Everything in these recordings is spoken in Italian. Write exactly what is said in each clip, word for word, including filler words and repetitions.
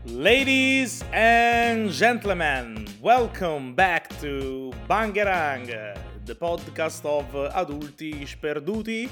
Ladies and gentlemen, welcome back to Bangerang, the podcast of adulti sperduti.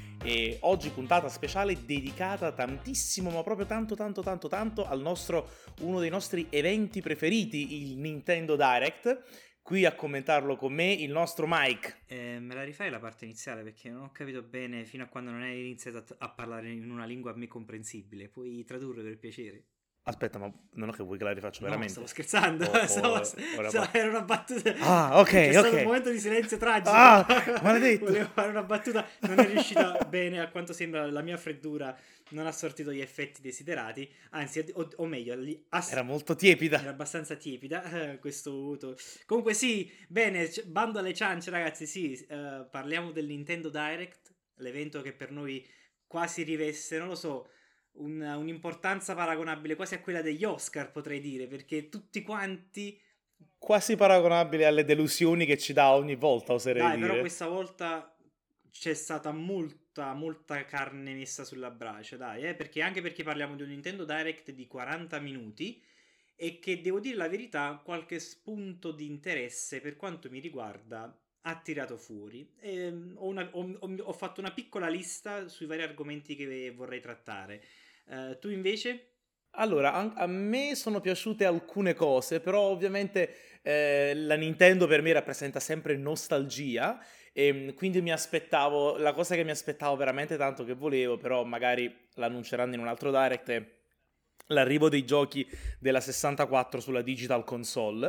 E oggi puntata speciale dedicata tantissimo, ma proprio tanto tanto tanto tanto al nostro, uno dei nostri eventi preferiti, il Nintendo Direct. Qui a commentarlo con me il nostro Mike. Eh, me la rifai la parte iniziale perché non ho capito bene fino a quando non hai iniziato a, a parlare in una lingua a me comprensibile. Puoi tradurre per piacere? Aspetta, ma non è che vuoi che la rifaccio veramente? No, stavo scherzando. O- o- stavo, ora stavo- pa- era una battuta. Ah, ok, C'è stato ok. un momento di silenzio tragico. Ah, maledetto. Volevo fare una battuta, non è riuscita bene. A quanto sembra, la mia freddura non ha sortito gli effetti desiderati. Anzi, o, o meglio, gli- ass- Era molto tiepida. era abbastanza tiepida. eh, questo voto. Comunque, sì, bene. c- Bando alle ciance, ragazzi. Sì, eh, parliamo del Nintendo Direct, l'evento che per noi quasi riveste, non lo so, un- un'importanza paragonabile quasi a quella degli Oscar, potrei dire, perché tutti quanti. Quasi paragonabile alle delusioni che ci dà ogni volta, oserei Dai, dire. però questa volta c'è stata molta, molta carne messa sulla brace, dai, eh, perché anche perché parliamo di un Nintendo Direct di quaranta minuti e che, devo dire la verità, qualche spunto di interesse per quanto mi riguarda ha tirato fuori. Ehm, ho, una- ho- ho- ho fatto una piccola lista sui vari argomenti che vorrei trattare. Eh, tu invece? Allora, an- a me sono piaciute alcune cose, però ovviamente eh, la Nintendo per me rappresenta sempre nostalgia, e quindi mi aspettavo, la cosa che mi aspettavo veramente tanto che volevo, però magari l'annunceranno in un altro direct, è l'arrivo dei giochi della sessantaquattro sulla Digital Console.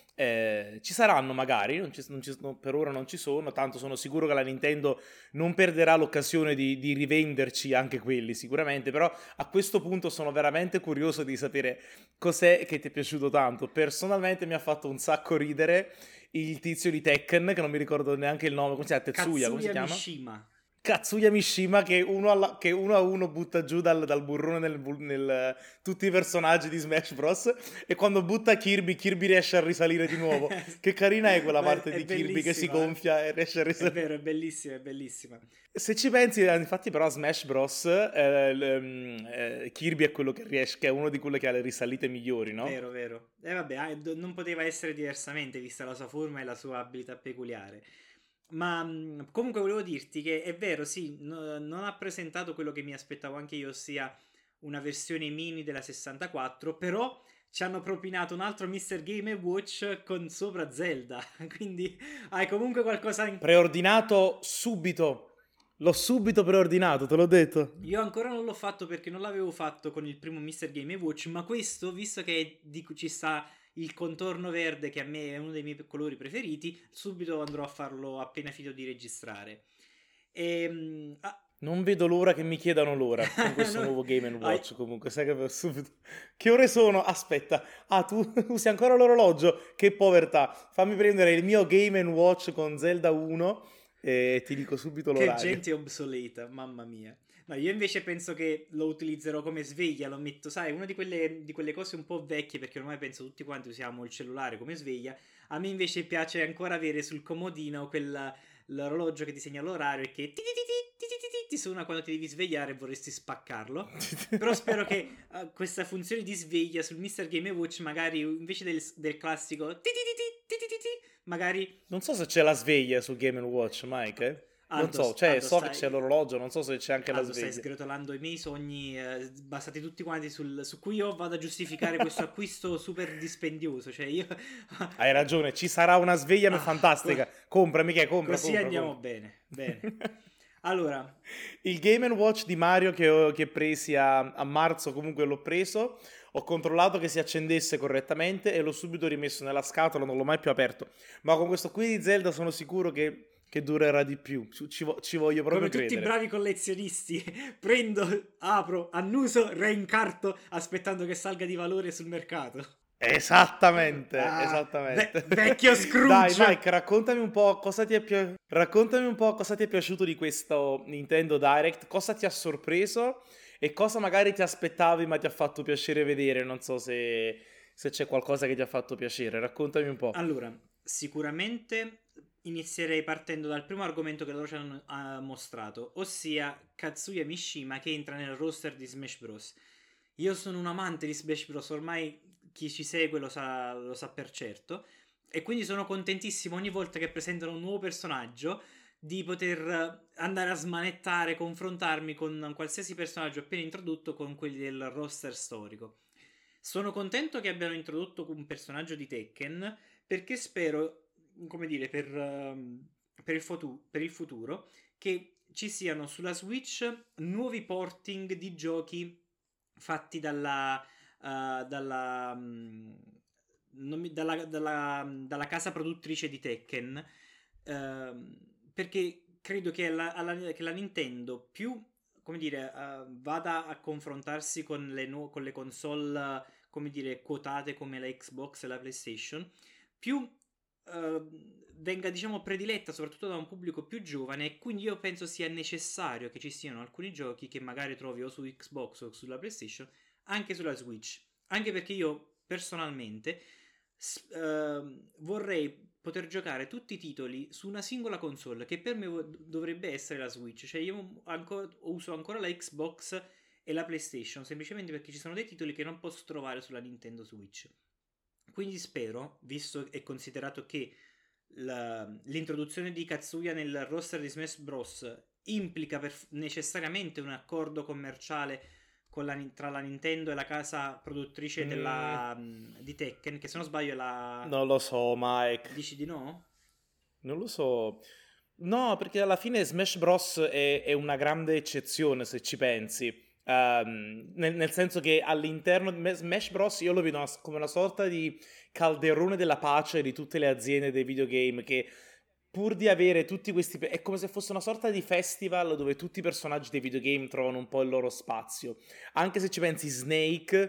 Eh, ci saranno magari, non ci- non ci- no, per ora non ci sono, tanto sono sicuro che la Nintendo non perderà l'occasione di, di rivenderci anche quelli sicuramente, però a questo punto sono veramente curioso di sapere cos'è che ti è piaciuto tanto. Personalmente mi ha fatto un sacco ridere il tizio di Tekken, che non mi ricordo neanche il nome, come si chiama? Tetsuya, come si Katsuya chiama? Mishima. Katsuya Mishima che uno, alla- che uno a uno butta giù dal, dal burrone nel, bu- nel- tutti i personaggi di Smash Bros. E quando butta Kirby, Kirby riesce a risalire di nuovo. Che carina è quella Ma parte è di Kirby che si bellissima, eh. gonfia e riesce a È risalire. vero, è bellissima, è bellissima. Se ci pensi, eh, infatti, però, a Smash Bros. eh, l- mm, eh, Kirby è quello che riesce, che è uno di quelli che ha le risalite migliori, no? Vero, vero. E vabbè, ah, do- non poteva essere diversamente vista la sua forma e la sua abilità peculiare. Ma mh, comunque volevo dirti che è vero, sì, no- non ha presentato quello che mi aspettavo anche io, ossia una versione mini della sessantaquattro, però ci hanno propinato un altro mister Game and Watch con sopra Zelda, quindi hai comunque qualcosa in. Preordinato subito. L'ho subito preordinato, te l'ho detto. Io ancora non l'ho fatto perché non l'avevo fatto con il primo mister Game and Watch, ma questo, visto che di cui ci sta il contorno verde, che a me è uno dei miei colori preferiti, subito andrò a farlo appena finito di registrare. E, ah, Non vedo l'ora che mi chiedano l'ora con questo no, nuovo Game and hai- Watch. Comunque, sai che per subito. Che ore sono? Aspetta. Ah, tu usi ancora l'orologio? Che povertà. Fammi prendere il mio Game and Watch con Zelda uno e ti dico subito Che l'orario. gente obsoleta, mamma mia. No, io invece penso che lo utilizzerò come sveglia, lo metto, sai, una di quelle, di quelle cose un po' vecchie, perché ormai penso tutti quanti usiamo il cellulare come sveglia. A me invece piace ancora avere sul comodino quel, l'orologio che ti segna l'orario e che ti, ti, ti, ti, ti, ti, ti, ti suona quando ti devi svegliare e vorresti spaccarlo. Però spero che eh, questa funzione di sveglia sul mister Game and Watch, magari invece del, del classico ti, ti, ti, ti, ti, ti, ti, magari. Non so se c'è la sveglia sul Game and Watch, Mike. eh? Non Aldo, so, cioè, Aldo, so che stai- c'è l'orologio, non so se c'è anche la Aldo, stai sveglia. sgretolando i miei sogni, eh, basati tutti quanti sul, su cui io vado a giustificare questo acquisto super dispendioso. Cioè, io. Hai ragione, ci sarà una sveglia Ah, fantastica. Comprami, che compra, Così compra, andiamo compra. bene. Bene. Allora, Il Game and Watch di Mario che, ho, che presi a, a marzo, comunque l'ho preso, ho controllato che si accendesse correttamente e l'ho subito rimesso nella scatola, non l'ho mai più aperto. Ma con questo qui di Zelda sono sicuro che, che durerà di più, ci, ci vo- ci voglio proprio come tutti i credere. bravi collezionisti, prendo, apro, annuso, reincarto, aspettando che salga di valore sul mercato. Esattamente, Ah, esattamente. ve- vecchio Scrooge. Dai, Mike, raccontami un po' cosa ti è pi- raccontami un po' cosa ti è piaciuto di questo Nintendo Direct, cosa ti ha sorpreso e cosa magari ti aspettavi ma ti ha fatto piacere vedere. Non so se, se c'è qualcosa che ti ha fatto piacere, raccontami un po'. Allora, sicuramente inizierei partendo dal primo argomento che loro ci hanno ah, mostrato, ossia Katsuya Mishima che entra nel roster di Smash Bros. Io sono un amante di Smash Bros, ormai chi ci segue lo sa, lo sa per certo, e quindi sono contentissimo ogni volta che presentano un nuovo personaggio di poter andare a smanettare, confrontarmi con qualsiasi personaggio appena introdotto con quelli del roster storico. Sono contento che abbiano introdotto un personaggio di Tekken perché spero, come dire, per, ehm, per il, futu- per il futuro che ci siano sulla Switch nuovi porting di giochi fatti dalla, eh, dalla, mm, non mi- dalla, dalla- dalla casa produttrice di Tekken, ehm, perché credo che la, alla- che la Nintendo più, come dire, eh, vada a confrontarsi con le, nu- con le console, come dire, quotate come la Xbox e la PlayStation, più eh, venga, diciamo, prediletta soprattutto da un pubblico più giovane, e quindi io penso sia necessario che ci siano alcuni giochi che magari trovi o su Xbox o sulla PlayStation anche sulla Switch. Anche perché io personalmente s- ehm, vorrei poter giocare tutti i titoli su una singola console, che per me vo- dovrebbe essere la Switch. Cioè io ancora, uso ancora la Xbox e la PlayStation semplicemente perché ci sono dei titoli che non posso trovare sulla Nintendo Switch. Quindi spero, visto e considerato che la- l'introduzione di Katsuya nel roster di Smash Bros. Implica per- necessariamente un accordo commerciale con la Nin- tra la Nintendo e la casa produttrice Mm, della, mh, di Tekken, che se non sbaglio è la... non lo so, Mike. Dici di no? Non lo so. No, perché alla fine Smash Bros. È, è una grande eccezione se ci pensi. Ehm, nel, nel senso che all'interno di Me- Smash Bros. Io lo vedo una- come una sorta di calderone della pace di tutte le aziende dei videogame che pur di avere tutti questi... pe- È come se fosse una sorta di festival dove tutti i personaggi dei videogame trovano un po' il loro spazio. Anche se ci pensi, Snake,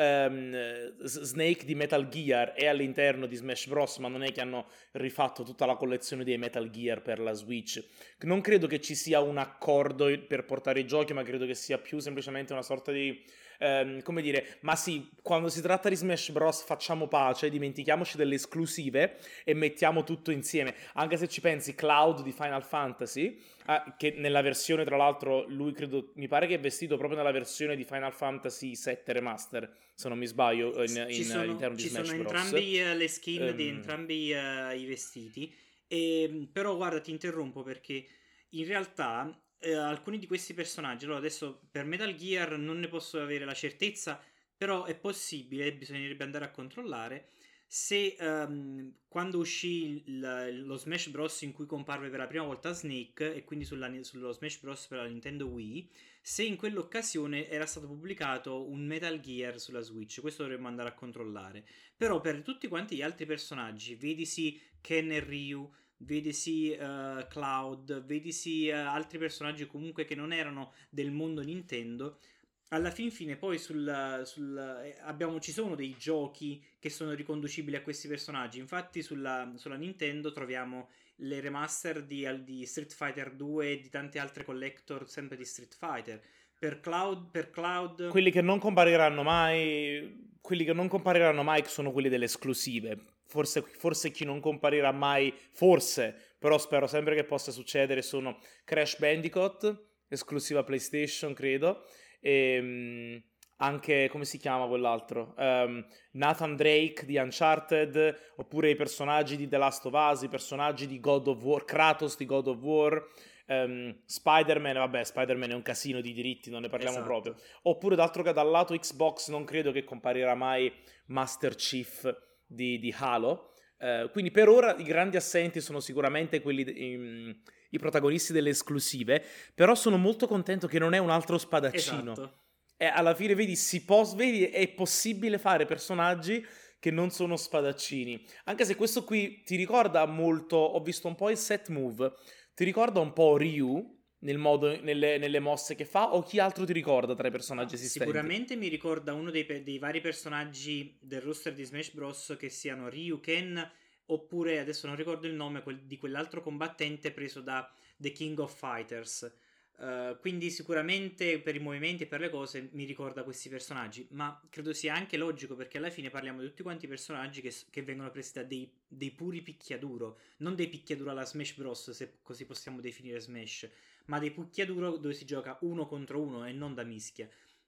ehm, S- Snake di Metal Gear è all'interno di Smash Bros, ma non è che hanno rifatto tutta la collezione dei Metal Gear per la Switch. Non credo che ci sia un accordo per portare i giochi, ma credo che sia più semplicemente una sorta di... ehm, come dire, ma sì, quando si tratta di Smash Bros facciamo pace, dimentichiamoci delle esclusive e mettiamo tutto insieme. Anche se ci pensi, Cloud di Final Fantasy, ah, che nella versione, tra l'altro, lui credo, mi pare che è vestito proprio nella versione di Final Fantasy sette Remaster, se non mi sbaglio, in, Ci in- sono, all'interno di ci sono Smash Bros. entrambi eh, le skin di Ehm, entrambi eh, i vestiti. E, però guarda, ti interrompo perché in realtà eh, alcuni di questi personaggi, allora adesso per Metal Gear non ne posso avere la certezza, però è possibile, bisognerebbe andare a controllare se ehm, quando uscì il- lo Smash Bros in cui comparve per la prima volta Snake, e quindi sulla- sullo Smash Bros per la Nintendo Wii, se in quell'occasione era stato pubblicato un Metal Gear sulla Switch. Questo dovremmo andare a controllare. Però per tutti quanti gli altri personaggi, vedisi Ken e Ryu, vedisi eh, Cloud, vedisi eh, altri personaggi comunque che non erano del mondo Nintendo, alla fin fine poi sul, sul- eh, abbiamo, ci sono dei giochi che sono riconducibili a questi personaggi. Infatti sulla, sulla Nintendo troviamo le remaster di, di Street Fighter due e di tante altre collector sempre di Street Fighter. Per Cloud, per Cloud quelli che non compariranno mai, quelli che non compariranno mai sono quelli delle esclusive. Forse, forse chi non comparirà mai, forse, però spero sempre che possa succedere, sono Crash Bandicoot, esclusiva PlayStation, credo, e mm, anche, come si chiama quell'altro? Ehm, Nathan Drake di Uncharted, oppure i personaggi di The Last of Us, i personaggi di God of War, Kratos di God of War, ehm, Spider-Man, vabbè, Spider-Man è un casino di diritti, non ne parliamo proprio. esatto. Oppure d'altro che dal lato Xbox non credo che comparirà mai Master Chief di, di Halo. Eh, quindi per ora i grandi assenti sono sicuramente quelli, i, i protagonisti delle esclusive, però sono molto contento che non è un altro spadaccino. Esatto. E alla fine vedi, si può, vedi, è possibile fare personaggi che non sono spadaccini. Anche se questo qui ti ricorda molto, ho visto un po' il set move, ti ricorda un po' Ryu nel modo, nelle, nelle mosse che fa, o chi altro ti ricorda tra i personaggi Ma esistenti? sicuramente mi ricorda uno dei, pe- dei vari personaggi del roster di Smash Bros. Che siano Ryu, Ken, oppure adesso non ricordo il nome quel- di quell'altro combattente preso da The King of Fighters. Eh, quindi sicuramente per i movimenti e per le cose mi ricorda questi personaggi, ma credo sia anche logico perché alla fine parliamo di tutti quanti i personaggi che, s- che vengono presi da dei, dei puri picchiaduro, non dei picchiaduro alla Smash Bros, se così possiamo definire Smash, ma dei picchiaduro dove si gioca uno contro uno e non da mischia.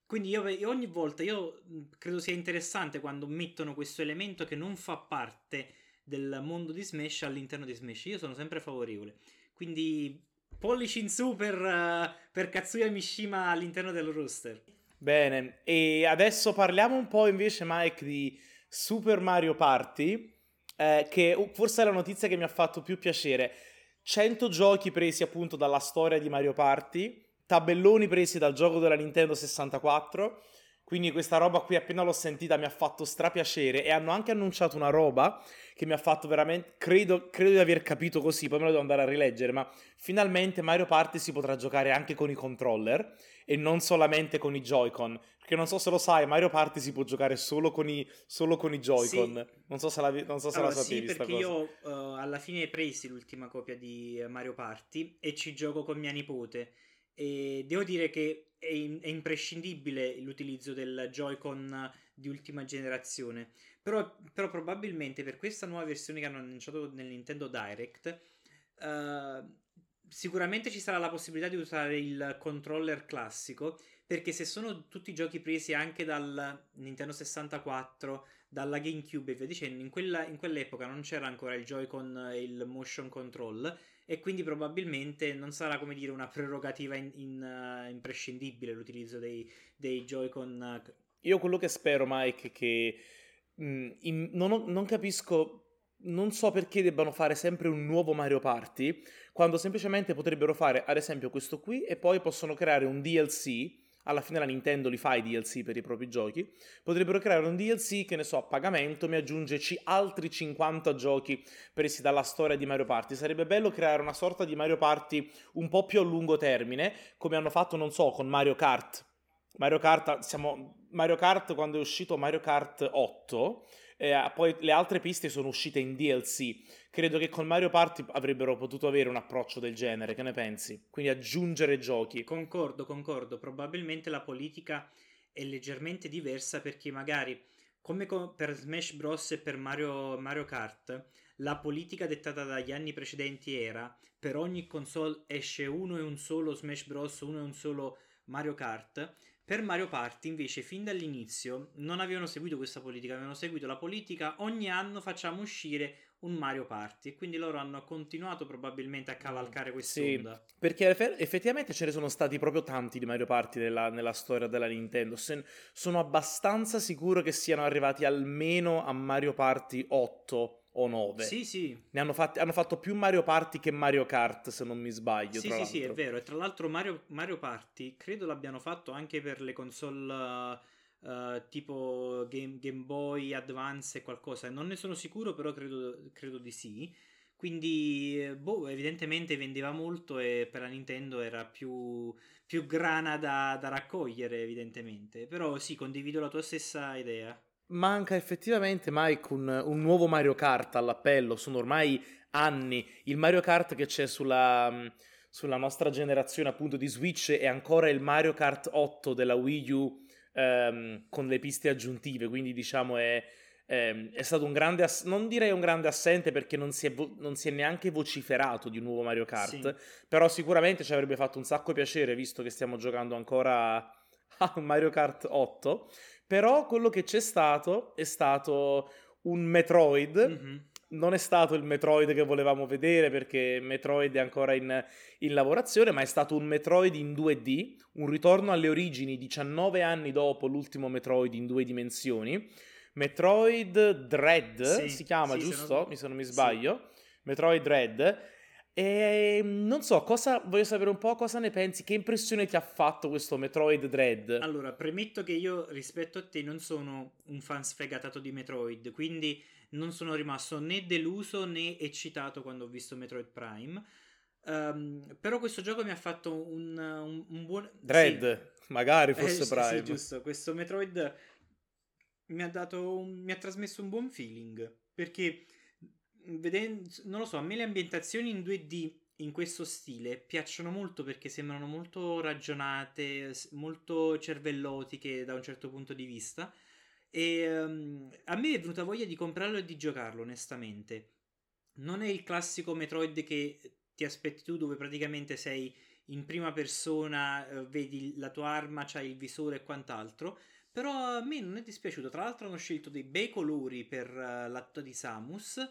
Quindi io, io ogni volta io credo sia interessante quando mettono questo elemento che non fa parte del mondo di Smash all'interno di Smash. Io sono sempre favorevole. Quindi pollici in su per, uh, per Katsuya Mishima all'interno del roster. Bene, e adesso parliamo un po' invece, Mike, di Super Mario Party, eh, che forse è la notizia che mi ha fatto più piacere. cento giochi presi appunto dalla storia di Mario Party, tabelloni presi dal gioco della Nintendo sessantaquattro, quindi questa roba qui appena l'ho sentita mi ha fatto strapiacere, e hanno anche annunciato una roba che mi ha fatto veramente, credo, credo di aver capito così, poi me lo devo andare a rileggere, ma finalmente Mario Party si potrà giocare anche con i controller e non solamente con i Joy-Con, perché non so se lo sai, Mario Party si può giocare solo con i, solo con i Joy-Con, Sì. non so se la, non so se Allora, la sapevi sì, sta perché cosa. io uh, alla fine presi l'ultima copia di eh, Mario Party e ci gioco con mia nipote. E devo dire che è, in- è imprescindibile l'utilizzo del Joy-Con di ultima generazione. Però, però probabilmente per questa nuova versione che hanno annunciato nel Nintendo Direct, eh, sicuramente ci sarà la possibilità di usare il controller classico. Perché se sono tutti giochi presi anche dal Nintendo sessantaquattro, dalla GameCube e via dicendo, in, quella, in quell'epoca non c'era ancora il Joy-Con e il Motion Control, e quindi probabilmente non sarà, come dire, una prerogativa in, in, uh, imprescindibile l'utilizzo dei, dei Joy-Con. Uh, Io quello che spero, Mike, è che mh, in- non, ho- non capisco, non so perché debbano fare sempre un nuovo Mario Party, quando semplicemente potrebbero fare, ad esempio, questo qui e poi possono creare un D L C. Alla fine la Nintendo li fa i D L C per i propri giochi. Potrebbero creare un D L C che ne so, a pagamento mi aggiunge ci- altri cinquanta giochi presi dalla storia di Mario Party. Sarebbe bello creare una sorta di Mario Party un po' più a lungo termine, come hanno fatto, non so, con Mario Kart. Mario Kart, siamo, Mario Kart quando è uscito Mario Kart otto, eh, poi le altre piste sono uscite in D L C. Credo che con Mario Party avrebbero potuto avere un approccio del genere, che ne pensi? Quindi aggiungere giochi. Concordo, concordo. Probabilmente la politica è leggermente diversa perché magari, come co- per Smash Bros. E per Mario, Mario Kart, la politica dettata dagli anni precedenti era per ogni console esce uno e un solo Smash Bros., uno e un solo Mario Kart. Per Mario Party invece fin dall'inizio non avevano seguito questa politica, avevano seguito la politica ogni anno facciamo uscire un Mario Party, e quindi loro hanno continuato probabilmente a Mm, cavalcare sì, quest'onda. perché eff- effettivamente ce ne sono stati proprio tanti di Mario Party nella, nella storia della Nintendo. Se- sono abbastanza sicuro che siano arrivati almeno a Mario Party otto o nove. Sì, sì, Ne hanno fatti, hanno fatto più Mario Party che Mario Kart, se non mi sbaglio, sì, tra sì, sì, è l'altro. vero. E tra l'altro Mario, Mario Party credo l'abbiano fatto anche per le console uh, uh, tipo Game, Game Boy Advance e qualcosa. Non ne sono sicuro, però credo, credo di sì. Quindi, eh, boh, evidentemente vendeva molto e per la Nintendo era più, più grana da, da raccogliere, evidentemente. Però sì, condivido la tua stessa idea. Manca effettivamente, Mike, un, un nuovo Mario Kart all'appello. Sono ormai anni. Il Mario Kart che c'è sulla, mh, sulla nostra generazione appunto di Switch è ancora il Mario Kart otto della Wii U, ehm, con le piste aggiuntive. Quindi diciamo è, ehm, è stato un grande, ass- non direi un grande assente perché non si è, vo- non si è neanche vociferato di un nuovo Mario Sì. Kart. Però sicuramente ci avrebbe fatto un sacco piacere visto che stiamo giocando ancora a Mario Kart otto. Però quello che c'è stato è stato un Metroid. Mhm. Non è stato il Metroid che volevamo vedere perché Metroid è ancora in, in lavorazione, ma è stato un Metroid in due D, un ritorno alle origini diciannove anni dopo l'ultimo Metroid in due dimensioni. Metroid Dread si Sì, chiama, sì, se giusto? non... Mi- Se non mi Sì. sbaglio. Metroid Dread. E non so, cosa, voglio sapere un po' cosa ne pensi, che impressione ti ha fatto questo Metroid Dread? Allora, premetto che io rispetto a te non sono un fan sfegatato di Metroid, quindi non sono rimasto né deluso né eccitato quando ho visto Metroid Prime. Ehm, però questo gioco mi ha fatto un, un- un buon... Sì, Dread, magari eh, fosse sì, sì, Prime. giusto. Questo Metroid mi ha dato, un- mi ha trasmesso un buon feeling, perché vedendo, non lo so, a me le ambientazioni in due D in questo stile piacciono molto perché sembrano molto ragionate, s- molto cervellotiche da un certo punto di vista. E ehm, a me è venuta voglia di comprarlo e di giocarlo, onestamente. Non è il classico Metroid che ti aspetti tu, dove praticamente sei in prima persona, eh, vedi la tua arma, c'hai il visore e quant'altro. Però a me non è dispiaciuto. Tra l'altro hanno scelto dei bei colori per uh, l'atto di Samus.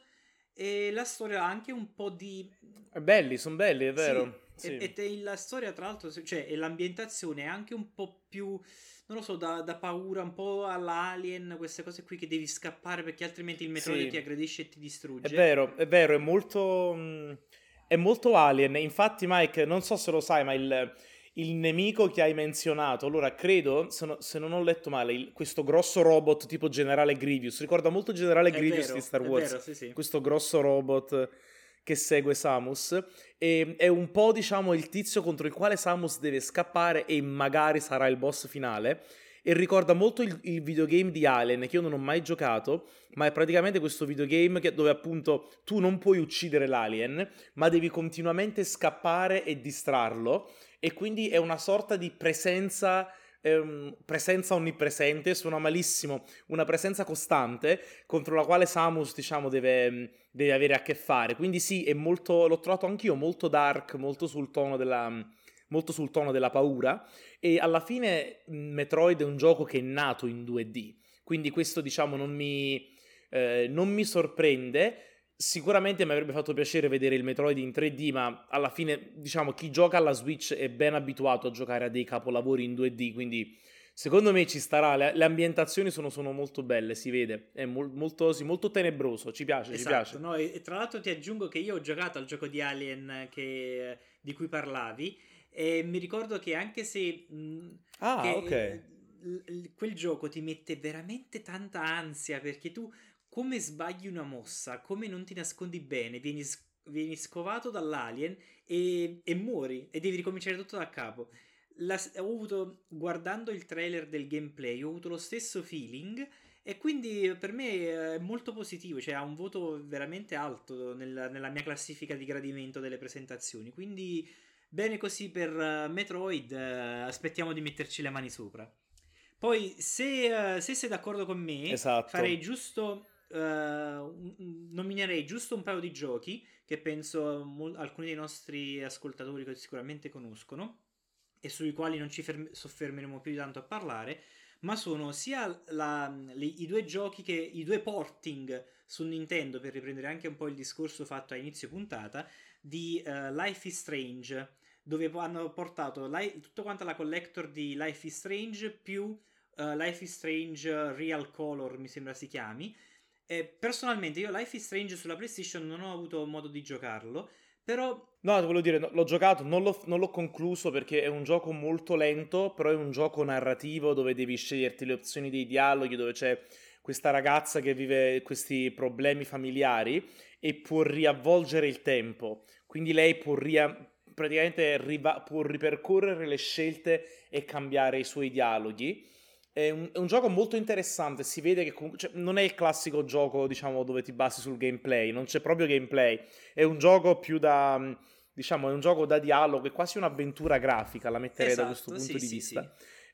E la storia ha anche un po' di... È belli, sono belli, è Sì, vero. e, Sì. e la storia tra l'altro, cioè, e l'ambientazione è anche un po' più, non lo so, da, da paura, un po' all'Alien, queste cose qui che devi scappare perché altrimenti il Metroid Sì. ti aggredisce e ti È distrugge. vero, è vero, è molto, mh, è molto Alien. Infatti, Mike, non so se lo sai, ma il, il nemico che hai menzionato, allora credo, se, no- se non ho letto male, il- questo grosso robot tipo Generale Grievous, ricorda molto Generale È Grievous di vero, Star è Wars, vero, sì, sì. questo grosso robot che segue Samus, e è un po', diciamo, il tizio contro il quale Samus deve scappare e magari sarà il boss finale. E ricorda molto il, il videogame di Alien, che io non ho mai giocato, ma è praticamente questo videogame che- dove appunto tu non puoi uccidere l'alien, ma devi continuamente scappare e distrarlo, e quindi è una sorta di presenza, ehm, presenza onnipresente, suona malissimo, una presenza costante contro la quale Samus, diciamo, deve, deve avere a che fare. Quindi sì, è molto, l'ho trovato anch'io molto dark, molto sul tono della, molto sul tono della paura, e alla fine mh, Metroid è un gioco che è nato in due D, quindi questo, diciamo, non mi, eh, non mi sorprende. Sicuramente mi avrebbe fatto piacere vedere il Metroid in tre D, ma alla fine, diciamo, chi gioca alla Switch è ben abituato a giocare a dei capolavori in due D, quindi secondo me ci starà. Le, le ambientazioni sono, sono molto belle, si vede, è mol- molto, sì, molto tenebroso, ci piace, ci Esatto, piace. no? E, e tra l'altro ti aggiungo che io ho giocato al gioco di Alien che- di cui parlavi e mi ricordo che anche se mh, che, Ah, ok. eh, l- l- quel gioco ti mette veramente tanta ansia perché tu come sbagli una mossa, come non ti nascondi bene, vieni, s- vieni scovato dall'alien e, e muori e devi ricominciare tutto da capo. La- ho avuto, guardando il trailer del gameplay, ho avuto lo stesso feeling e quindi per me è molto positivo, cioè ha un voto veramente alto nel- nella mia classifica di gradimento delle presentazioni. Quindi bene così per eh, Metroid, eh, aspettiamo di metterci le mani sopra. Poi, se, eh, se sei d'accordo con me, farei Esatto. giusto. eh, un- un- nominerei giusto un paio di giochi che penso mol- alcuni dei nostri ascoltatori che sicuramente conoscono e sui quali non ci ferm- soffermeremo più di tanto a parlare, ma sono sia la- le- i due giochi che i due porting su Nintendo, per riprendere anche un po' il discorso fatto a inizio puntata, di eh, Life is Strange, dove po- hanno portato li- tutta quanta la collector di Life is Strange più eh, Life is Strange Real Color, mi sembra si chiami. E personalmente io Life is Strange sulla PlayStation non ho avuto modo di giocarlo, però No, ti volevo dire, no, l'ho giocato, non l'ho, non l'ho concluso perché è un gioco molto lento, però è un gioco narrativo dove devi sceglierti le opzioni dei dialoghi, dove c'è questa ragazza che vive questi problemi familiari e può riavvolgere il tempo. Quindi lei può ria- praticamente riva- può ripercorrere le scelte e cambiare i suoi dialoghi. È un, è un gioco molto interessante, si vede che comunque, cioè, non è il classico gioco, diciamo, dove ti basi sul gameplay, non c'è proprio gameplay, è un gioco più da, diciamo, è un gioco da dialogo, è quasi un'avventura grafica, la metterei da questo esatto, punto sì, di sì, vista. sì.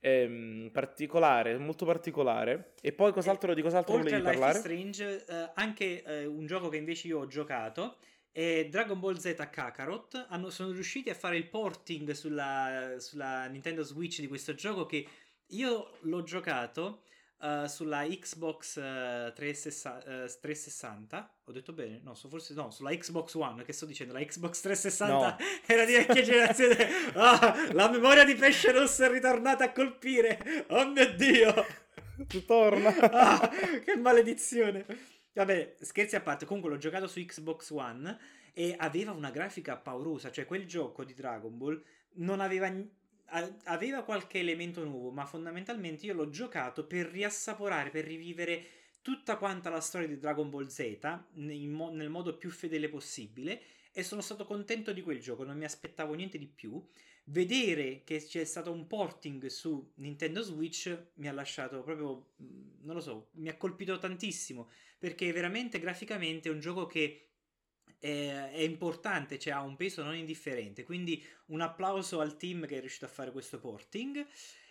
Ehm, particolare, molto particolare. E poi E, cos'altro, di cos'altro oltre a volevi Life is parlare? Strange, eh, anche eh, un gioco che invece io ho giocato è Dragon Ball Z Kakarot. Hanno- sono riusciti a fare il porting sulla, sulla Nintendo Switch di questo gioco che io l'ho giocato eh, sulla Xbox eh, trecentosessanta, eh, trecentosessanta. Ho detto bene? No, so- forse no, sulla Xbox One. Che sto dicendo? La Xbox trecentosessanta No, era di vecchia generazione. Ah, la memoria di pesce rosso è ritornata a colpire. Oh mio Dio! torna. Ah, che maledizione. Vabbè, scherzi a parte, comunque l'ho giocato su Xbox One e aveva una grafica paurosa, cioè quel gioco di Dragon Ball non aveva n- a- aveva qualche elemento nuovo, ma fondamentalmente io l'ho giocato per riassaporare, per rivivere tutta quanta la storia di Dragon Ball Z in mo- nel modo più fedele possibile e sono stato contento di quel gioco, non mi aspettavo niente di più. Vedere che c'è stato un porting su Nintendo Switch mi ha lasciato proprio, mh, non lo so, mi ha colpito tantissimo perché veramente graficamente è un gioco che è, è importante, cioè ha un peso non indifferente. Quindi un applauso al team che è riuscito a fare questo porting.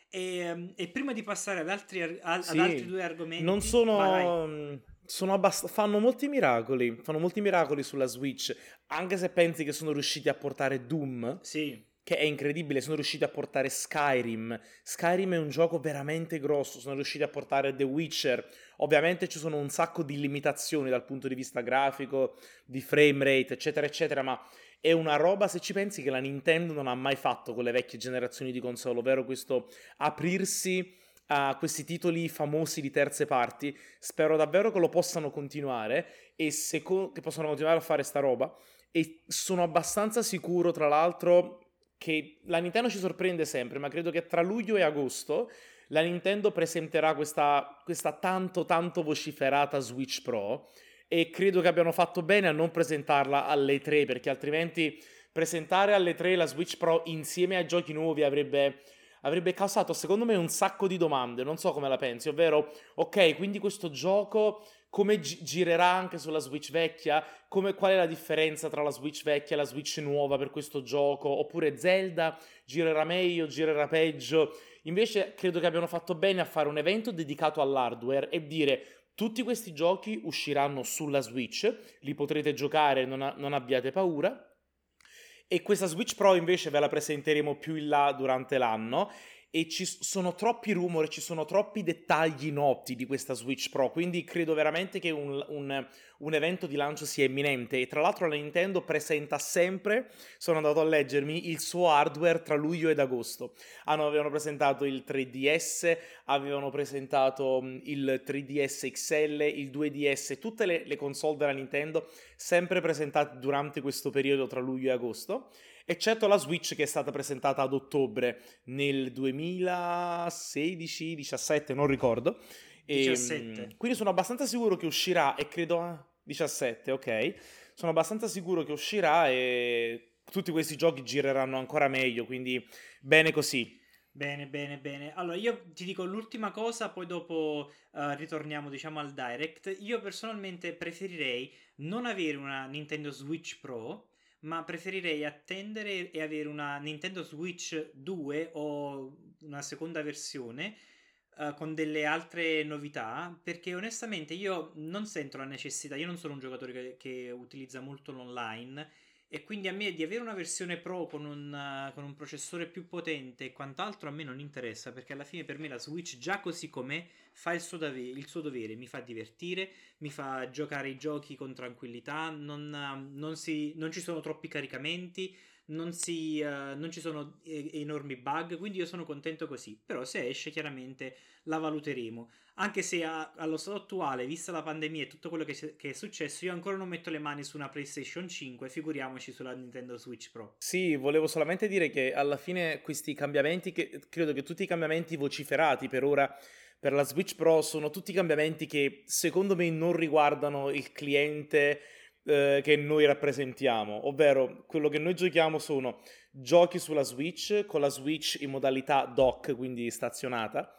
E, e prima di passare ad altri, ar- a- ad altri Sì, due non argomenti, vai, vai. sono... mh, sono abbast- fanno molti miracoli, fanno molti miracoli sulla Switch, anche se pensi che sono riusciti a portare Doom, Sì, che è incredibile. Sono riusciti a portare Skyrim. Skyrim è un gioco veramente grosso. Sono riusciti a portare The Witcher. Ovviamente ci sono un sacco di limitazioni dal punto di vista grafico, di frame rate, eccetera, eccetera, ma è una roba, se ci pensi, che la Nintendo non ha mai fatto con le vecchie generazioni di console, ovvero questo aprirsi a questi titoli famosi di terze parti. Spero davvero che lo possano continuare e seco- che possano continuare a fare sta roba. E sono abbastanza sicuro, tra l'altro, che la Nintendo ci sorprende sempre, ma credo che tra luglio e agosto la Nintendo presenterà questa, questa tanto tanto vociferata Switch Pro, e credo che abbiano fatto bene a non presentarla alle tre, perché altrimenti presentare alle tre la Switch Pro insieme ai giochi nuovi avrebbe, avrebbe causato, secondo me, un sacco di domande. Non so come la pensi, ovvero, ok, quindi questo gioco come gi- girerà anche sulla Switch vecchia? Come, qual è la differenza tra la Switch vecchia e la Switch nuova per questo gioco? Oppure Zelda girerà meglio, girerà peggio? Invece credo che abbiano fatto bene a fare un evento dedicato all'hardware e dire: tutti questi giochi usciranno sulla Switch, li potrete giocare, non, a- non abbiate paura. E questa Switch Pro invece ve la presenteremo più in là durante l'anno. E ci s- sono troppi rumori, ci sono troppi dettagli noti di questa Switch Pro, quindi credo veramente che un, un- un evento di lancio sia imminente. E tra l'altro la Nintendo presenta sempre, sono andato a leggermi, il suo hardware tra luglio ed agosto. Hanno, avevano presentato il tre D S, avevano presentato mh, il tre D S X L, il due D S, tutte le, le console della Nintendo sempre presentate durante questo periodo tra luglio e agosto, eccetto la Switch che è stata presentata ad ottobre nel duemilasedici diciassette, non ricordo. E, diciassette. mh, quindi sono abbastanza sicuro che uscirà, e credo ah, diciassette, ok. Sono abbastanza sicuro che uscirà e tutti questi giochi gireranno ancora meglio, quindi bene così. Bene, bene, bene. Allora, io ti dico l'ultima cosa, poi dopo eh, ritorniamo, diciamo, al Direct. Io personalmente preferirei non avere una Nintendo Switch Pro, ma preferirei attendere e avere una Nintendo Switch due o una seconda versione eh, con delle altre novità, perché onestamente io non sento la necessità, io non sono un giocatore che, che utilizza molto l'online, e quindi a me di avere una versione Pro con un, eh, con un processore più potente e quant'altro a me non interessa, perché alla fine per me la Switch già così com'è fa il suo, dave- il suo dovere, mi fa divertire, mi fa giocare i giochi con tranquillità, non, eh, non si- non ci sono troppi caricamenti, non, si, eh, non ci sono eh, enormi bug, quindi io sono contento così. Però se esce chiaramente la valuteremo. Anche se a- allo stato attuale, vista la pandemia e tutto quello che, si- che è successo, io ancora non metto le mani su una PlayStation cinque, figuriamoci sulla Nintendo Switch Pro. Sì, volevo solamente dire che alla fine questi cambiamenti, che credo che tutti i cambiamenti vociferati per ora per la Switch Pro sono tutti cambiamenti che secondo me non riguardano il cliente eh, che noi rappresentiamo, ovvero quello che noi giochiamo sono giochi sulla Switch con la Switch in modalità dock, quindi stazionata.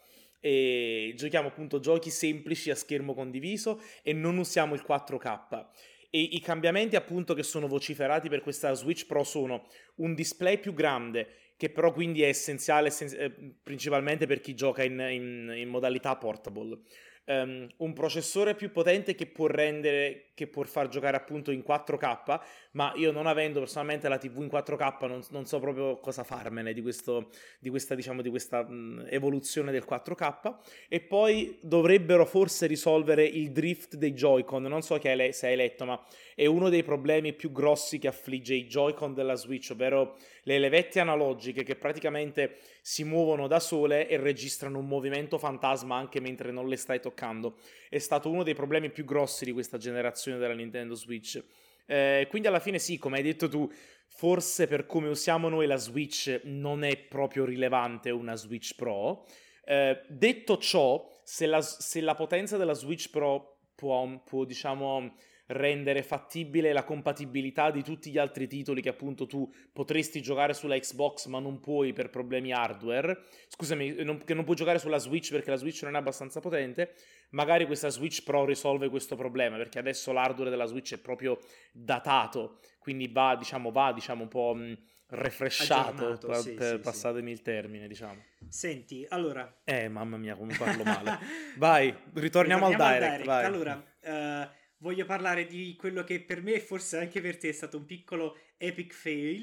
E giochiamo appunto giochi semplici a schermo condiviso e non usiamo il quattro K. E i cambiamenti appunto che sono vociferati per questa Switch Pro sono un display più grande, che però quindi è essenziale essen- eh, principalmente per chi gioca in, in- in modalità portable. Ehm, un processore più potente che può rendere, che può far giocare appunto in quattro K, ma io non avendo personalmente la T V in quattro K non, non so proprio cosa farmene di, questo, di questa, diciamo, di questa mh, evoluzione del quattro K. E poi dovrebbero forse risolvere il drift dei Joy-Con. Non so che hai le- se hai letto, ma è uno dei problemi più grossi che affligge i Joy-Con della Switch, ovvero le levette analogiche che praticamente si muovono da sole e registrano un movimento fantasma anche mentre non le stai toccando. È stato uno dei problemi più grossi di questa generazione della Nintendo Switch. Eh, quindi alla fine sì, come hai detto tu, forse per come usiamo noi la Switch non è proprio rilevante una Switch Pro. Eh, detto ciò, se la, se la potenza della Switch Pro può, può, diciamo, rendere fattibile la compatibilità di tutti gli altri titoli che appunto tu potresti giocare sulla Xbox ma non puoi per problemi hardware, scusami, non, che non puoi giocare sulla Switch perché la Switch non è abbastanza potente, magari questa Switch Pro risolve questo problema, perché adesso l'hardware della Switch è proprio datato, quindi va, diciamo, va, diciamo, un po' mh, refreshato, Aggiornato, per, sì, per sì, sì. passatemi il termine, diciamo. Senti, allora, Eh, mamma mia, come parlo male. Vai, ritorniamo al ritorniamo al direct, direct. vai. Allora, eh, voglio parlare di quello che per me, e forse anche per te, è stato un piccolo epic fail.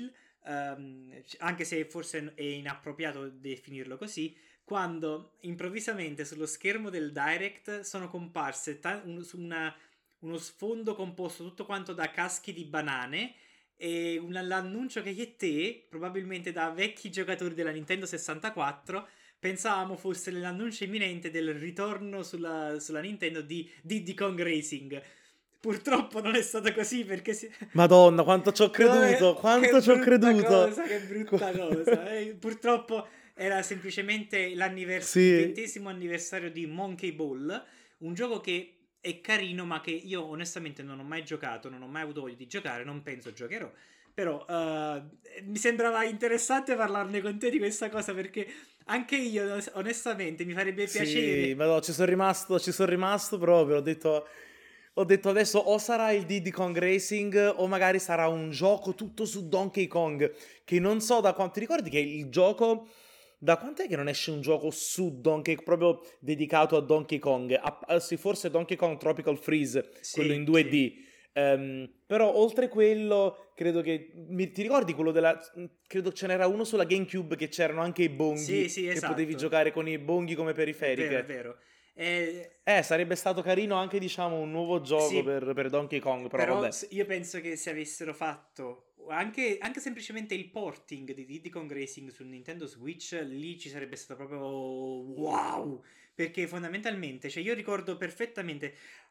ehm, anche se forse è inappropriato definirlo così, quando improvvisamente sullo schermo del Direct sono comparse ta- un- su una- uno sfondo composto tutto quanto da caschi di banane e un- l'annuncio che io e te, probabilmente da vecchi giocatori della Nintendo sessantaquattro, pensavamo fosse l'annuncio imminente del ritorno sulla, sulla Nintendo di Diddy Kong Racing. Purtroppo non è stato così perché si... Madonna, quanto ci ho Come- creduto, che quanto ci ho brutta creduto. cosa, che brutta cosa. Eh, purtroppo era semplicemente l'annivers- il Sì, ventesimo anniversario di Monkey Ball, un gioco che è carino ma che io onestamente non ho mai giocato, non ho mai avuto voglia di giocare, non penso giocherò. Però eh, mi sembrava interessante parlarne con te di questa cosa perché anche io onestamente mi farebbe sì, piacere. ma no, ci sono rimasto, ci sono rimasto proprio, ho detto, ho detto adesso o sarà il Diddy Kong Racing o magari sarà un gioco tutto su Donkey Kong, che non so da quanto, ti ricordi che il gioco, da quant'è che non esce un gioco su Donkey, proprio dedicato a Donkey Kong? Ah, ah, sì, forse Donkey Kong Tropical Freeze, quello in Sì, sì. due D. Ehm, però oltre quello, credo che, mi- ti ricordi quello della, credo ce n'era uno sulla GameCube che c'erano anche i Sì, bonghi, sì, che potevi esatto. giocare con i bonghi come È vero, è periferiche. vero. Eh, Eh, sarebbe stato carino anche, diciamo, un nuovo gioco sì, per, per Donkey Kong, però però vabbè. s- io penso che se avessero fatto anche, anche semplicemente il porting di Diddy Kong Racing su Nintendo Switch, lì ci sarebbe stato proprio wow! Perché fondamentalmente, cioè io ricordo perfettamente,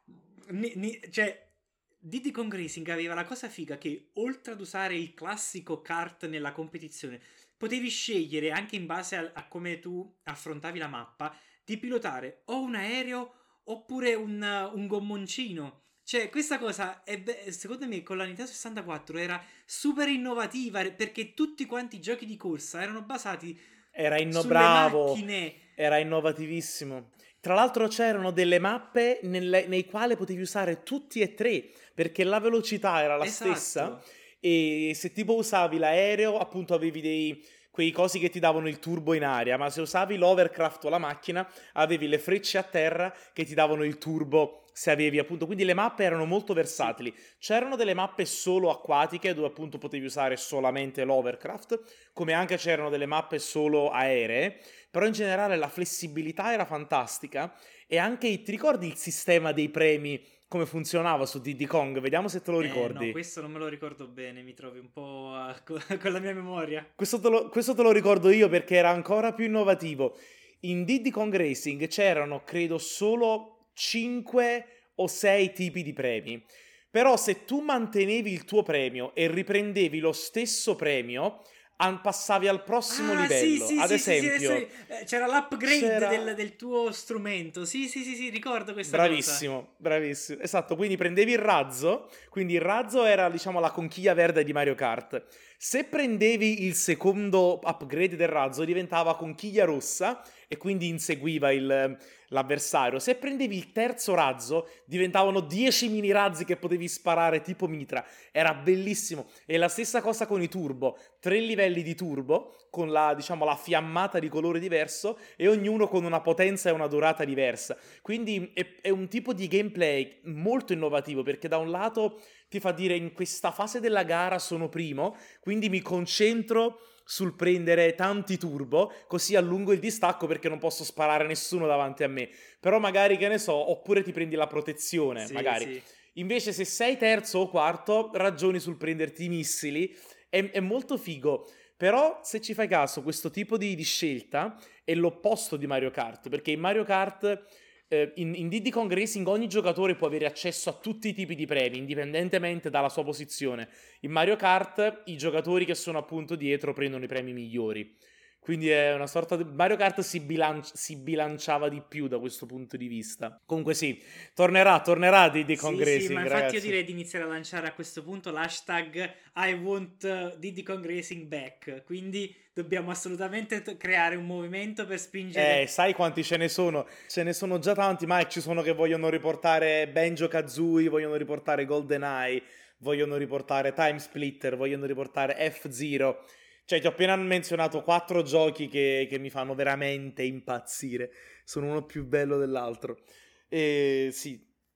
ni- ni- cioè Diddy Kong Racing aveva la cosa figa che oltre ad usare il classico kart nella competizione, potevi scegliere anche in base a, a come tu affrontavi la mappa di pilotare o un aereo oppure un, un gommoncino. Cioè, questa cosa è be- secondo me con la Nintendo sessantaquattro era super innovativa perché tutti quanti i giochi di corsa erano basati Era inno sulle bravo, macchine. era innovativissimo. Tra l'altro c'erano delle mappe nelle- nei quali potevi usare tutti e tre, perché la velocità era la stessa Esatto. e se tipo usavi l'aereo, appunto avevi dei, quei cosi che ti davano il turbo in aria, ma se usavi l'hovercraft o la macchina, avevi le frecce a terra che ti davano il turbo se avevi appunto, quindi le mappe erano molto Sì. versatili. C'erano delle mappe solo acquatiche dove appunto potevi usare solamente l'hovercraft, come anche c'erano delle mappe solo aeree, però in generale la flessibilità era fantastica e anche, ti ricordi il sistema dei premi, come funzionava su Diddy Kong? Vediamo se te lo Eh no, ricordi. questo non me lo ricordo bene, mi trovi un po' a- co- con la mia memoria. Questo te, lo, questo te lo ricordo io perché era ancora più innovativo. In Diddy Kong Racing c'erano, credo, solo cinque o sei tipi di premi. Però se tu mantenevi il tuo premio e riprendevi lo stesso premio, an- passavi al prossimo Ah, sì, livello. sì, Ad sì, sì, sì, adesso esempio, ri- eh, c'era l'upgrade del, c'era... del tuo strumento. Sì, sì, sì, sì, ricordo questa cosa. Bravissimo, bravissimo. Esatto, quindi prendevi il razzo, quindi il razzo era, diciamo, la conchiglia verde di Mario Kart. Se prendevi il secondo upgrade del razzo, diventava conchiglia rossa e quindi inseguiva il- l'avversario. Se prendevi il terzo razzo, diventavano dieci mini razzi che potevi sparare tipo mitra. Era bellissimo. E la stessa cosa con i turbo. Tre livelli di turbo, con la, diciamo, la fiammata di colore diverso e ognuno con una potenza e una durata diversa. Quindi è, è un tipo di gameplay molto innovativo perché da un lato ti fa dire in questa fase della gara sono primo, quindi mi concentro sul prendere tanti turbo, così allungo il distacco perché non posso sparare a nessuno davanti a me. Però magari, che ne so, oppure ti prendi la protezione, Sì, magari. sì. Invece se sei terzo o quarto, ragioni sul prenderti i missili, è, è molto figo. Però se ci fai caso, questo tipo di, di scelta è l'opposto di Mario Kart, perché in Mario Kart, eh, in, in Diddy Kong Racing ogni giocatore può avere accesso a tutti i tipi di premi, indipendentemente dalla sua posizione. In Mario Kart i giocatori che sono appunto dietro prendono i premi migliori. Quindi è una sorta di... Mario Kart si, bilanci- si bilanciava di più da questo punto di vista. Comunque sì, tornerà, tornerà Diddy Kong Sì, sì, ma Racing, infatti io ragazzi. direi di iniziare a lanciare a questo punto l'hashtag I want uh, Diddy Kong Racing back. Quindi dobbiamo assolutamente t- creare un movimento per spingere. Eh, sai quanti ce ne sono? Ce ne sono già tanti, ma ci sono che vogliono riportare Banjo-Kazooie, vogliono riportare GoldenEye, vogliono riportare Time Splitter, vogliono riportare F-Zero. Cioè, ti ho appena menzionato quattro giochi che, che mi fanno veramente impazzire. Sono uno più bello dell'altro. E sì,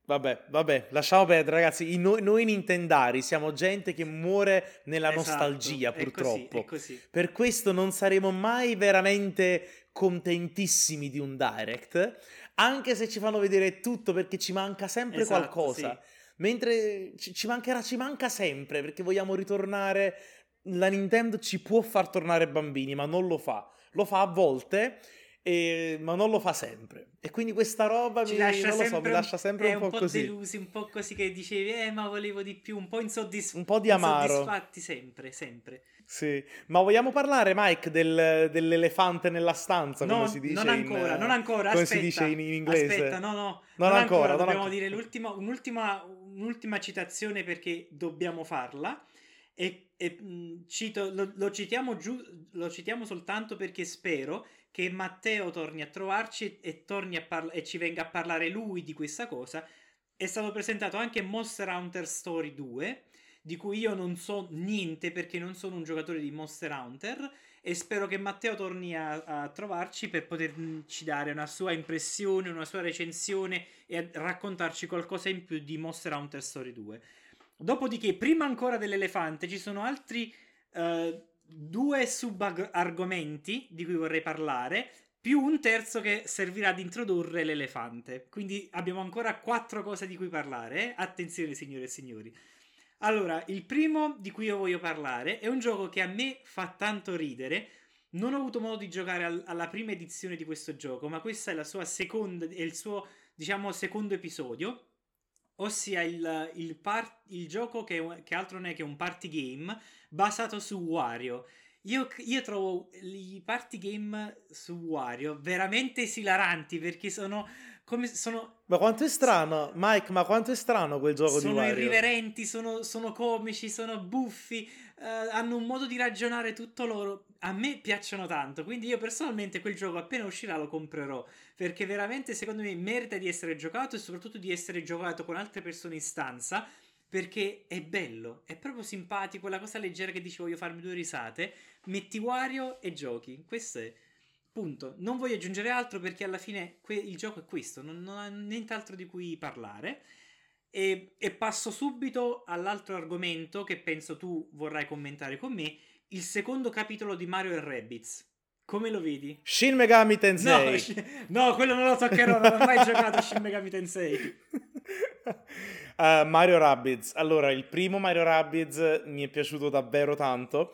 Vabbè, vabbè, lasciamo perdere, ragazzi. I- Noi, noi nintendari siamo gente che muore nella Esatto, nostalgia, è così, è purtroppo. così. Per questo non saremo mai veramente contentissimi di un direct, anche se ci fanno vedere tutto perché ci manca sempre Esatto, qualcosa. sì. Mentre ci, ci mancherà, ci manca sempre perché vogliamo ritornare. La Nintendo ci può far tornare bambini, ma non lo fa. Lo fa a volte, e- ma non lo fa sempre. E quindi questa roba Ci mi, lascia non lo so, mi sempre un, lascia sempre è un un po' po' così. delusi, un po' così che dicevi, eh, ma volevo di più, un po' insoddisf- Un po' di amaro. insoddisfatti sempre, sempre. Sì. Ma vogliamo parlare, Mike, del- dell'elefante nella stanza, come si No, non dice in, ancora, non eh, ancora, come si dice in, aspetta, in aspetta, inglese? no, no, Non non ancora, ancora, non dobbiamo ancora. dire l'ultima, un'ultima, un'ultima citazione perché dobbiamo farla e, e, mh, cito, lo, lo citiamo giù, lo citiamo soltanto perché spero che Matteo torni a trovarci e, torni a parla- e ci venga a parlare lui di questa cosa. È stato presentato anche Monster Hunter Story due, di cui io non so niente perché non sono un giocatore di Monster Hunter e spero che Matteo torni a, a trovarci per poterci dare una sua impressione, una sua recensione e a raccontarci qualcosa in più di Monster Hunter Story due. Dopodiché, prima ancora dell'elefante, ci sono altri eh, due sub-argomenti di cui vorrei parlare, più un terzo che servirà ad introdurre l'elefante. Quindi abbiamo ancora quattro cose di cui parlare. Eh? Attenzione, signore e signori. Allora, il primo di cui io voglio parlare è un gioco che a me fa tanto ridere. Non ho avuto modo di giocare al- alla prima edizione di questo gioco, ma questa è la sua seconda, è il suo, diciamo, secondo episodio. Ossia il, il, par- il gioco che, è un- che altro non è che un party game basato su Wario. Io, io trovo i party game su Wario veramente esilaranti perché sono come sono. Ma quanto è strano, Mike, ma quanto è strano quel gioco di Sono Wario? irriverenti, sono, sono comici, sono buffi, eh, hanno un modo di ragionare tutto loro. A me piacciono tanto, quindi io personalmente quel gioco appena uscirà lo comprerò, perché veramente secondo me merita di essere giocato e soprattutto di essere giocato con altre persone in stanza, perché è bello, è proprio simpatico, quella cosa leggera che dici voglio farmi due risate, metti Wario e giochi. Questo è. Punto. Non voglio aggiungere altro perché alla fine que- il gioco è questo, non, non ha nient'altro di cui parlare. E, e passo subito all'altro argomento che penso tu vorrai commentare con me, il secondo capitolo di Mario e Rabbids. Come lo vedi? Shin Megami No, Tensei. no, quello non lo toccherò, non ho mai giocato a Shin Megami Tensei. Uh, Mario Rabbids. Allora, il primo Mario Rabbids mi è piaciuto davvero tanto.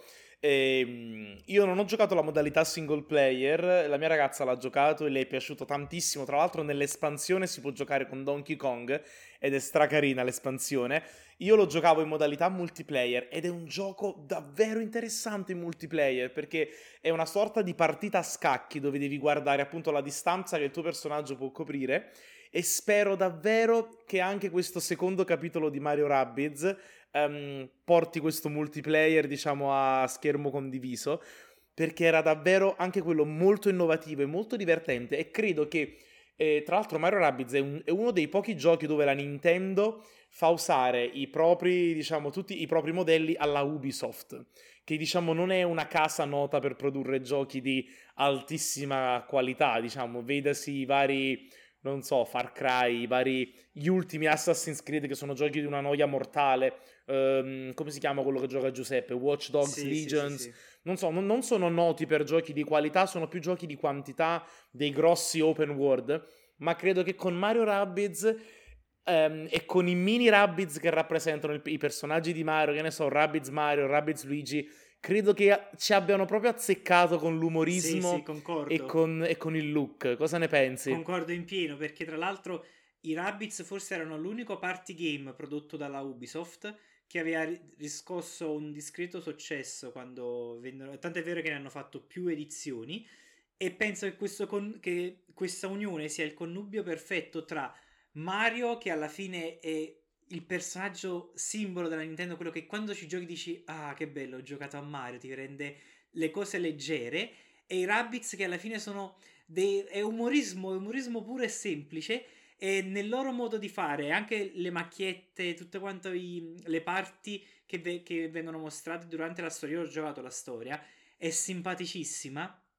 Ehm, io non ho giocato la modalità single player, la mia ragazza l'ha giocato e le è piaciuto tantissimo. Tra l'altro, nell'espansione si può giocare con Donkey Kong ed è stracarina l'espansione. Io lo giocavo in modalità multiplayer ed è un gioco davvero interessante in multiplayer perché è una sorta di partita a scacchi dove devi guardare appunto la distanza che il tuo personaggio può coprire. E spero davvero che anche questo secondo capitolo di Mario Rabbids ehm, porti questo multiplayer, diciamo, a schermo condiviso, perché era davvero anche quello molto innovativo e molto divertente. E credo che, eh, tra l'altro, Mario Rabbids è, un- è uno dei pochi giochi dove la Nintendo fa usare i propri, diciamo, tutti i propri modelli alla Ubisoft, che diciamo non è una casa nota per produrre giochi di altissima qualità, diciamo, vedasi i vari, non so, Far Cry, i vari, gli ultimi Assassin's Creed che sono giochi di una noia mortale, ehm, come si chiama quello che gioca Giuseppe? Watch Dogs Sì, sì, sì, Legions, sì. non so, non, non sono noti per giochi di qualità, sono più giochi di quantità, dei grossi open world, ma credo che con Mario Rabbids ehm, e con i mini Rabbids che rappresentano il- i personaggi di Mario, che ne so, Rabbids Mario, Rabbids Luigi, credo che ci abbiano proprio azzeccato con Sì, sì, l'umorismo e concordo. con, e con il look. Cosa ne pensi? Concordo in pieno perché tra l'altro i Rabbids forse erano l'unico party game prodotto dalla Ubisoft che aveva ri- riscosso un discreto successo quando vennero, tanto è vero che ne hanno fatto più edizioni e penso che, questo con- che questa unione sia il connubio perfetto tra Mario che alla fine è il personaggio simbolo della Nintendo, quello che quando ci giochi dici ah che bello ho giocato a Mario, ti rende le cose leggere e i Rabbids che alla fine sono dei- è umorismo, è umorismo puro e semplice e nel loro modo di fare, anche le macchiette, tutte quante i- le parti che, ve- che vengono mostrate durante la storia, io ho giocato la storia, è simpaticissima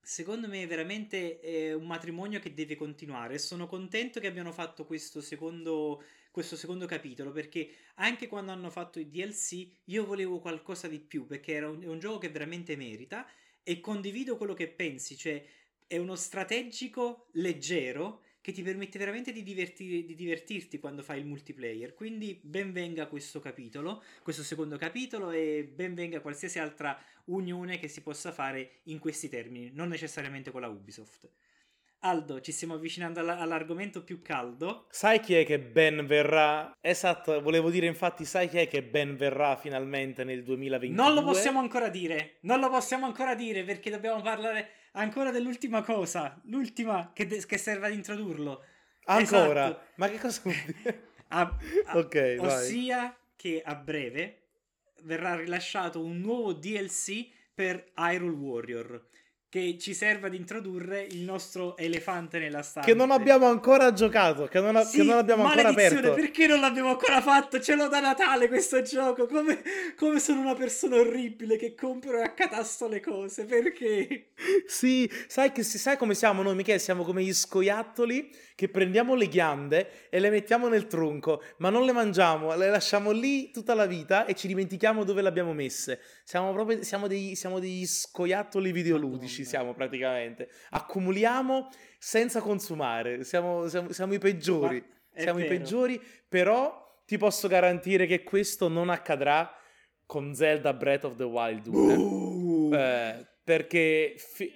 secondo me è veramente eh, un matrimonio che deve continuare. Sono contento che abbiano fatto questo secondo, questo secondo capitolo, perché anche quando hanno fatto i D L C io volevo qualcosa di più, perché era un, è un gioco che veramente merita, e condivido quello che pensi, cioè è uno strategico leggero che ti permette veramente di, divertir- di divertirti quando fai il multiplayer. Quindi ben venga questo capitolo, questo secondo capitolo, e ben venga qualsiasi altra unione che si possa fare in questi termini, non necessariamente con la Ubisoft. Aldo, ci stiamo avvicinando alla- all'argomento più caldo. Sai chi è che ben verrà? Esatto, volevo dire infatti, sai chi è che ben verrà finalmente nel Non lo possiamo duemilaventidue? ancora dire, non lo possiamo ancora dire perché dobbiamo parlare ancora dell'ultima cosa, l'ultima che, de- che serve ad introdurlo. Esatto. Ancora? Ma che cosa vuol dire? A- a- Ok, vai. ossia che a breve verrà rilasciato un nuovo D L C per Hyrule Warrior che ci serve ad introdurre il nostro elefante nella Che non stanza. abbiamo ancora giocato, che non, ha- che non Sì, abbiamo ancora maledizione, aperto. perché non l'abbiamo ancora fatto? Ce l'ho da Natale questo gioco. Come, come sono una persona orribile che compro e accatasto le cose. Perché? Sì, sai, che, sai come siamo noi, Michele? Siamo come gli scoiattoli che prendiamo le ghiande e le mettiamo nel tronco, ma non le mangiamo, le lasciamo lì tutta la vita e ci dimentichiamo dove le abbiamo messe. Siamo proprio, siamo dei, siamo degli scoiattoli videoludici, Madonna. siamo praticamente. Accumuliamo senza consumare, siamo, siamo, siamo i peggiori, Ma è siamo i vero. peggiori, però ti posso garantire che questo non accadrà con Zelda Breath of the Wild due. Buh. Eh, perché fi-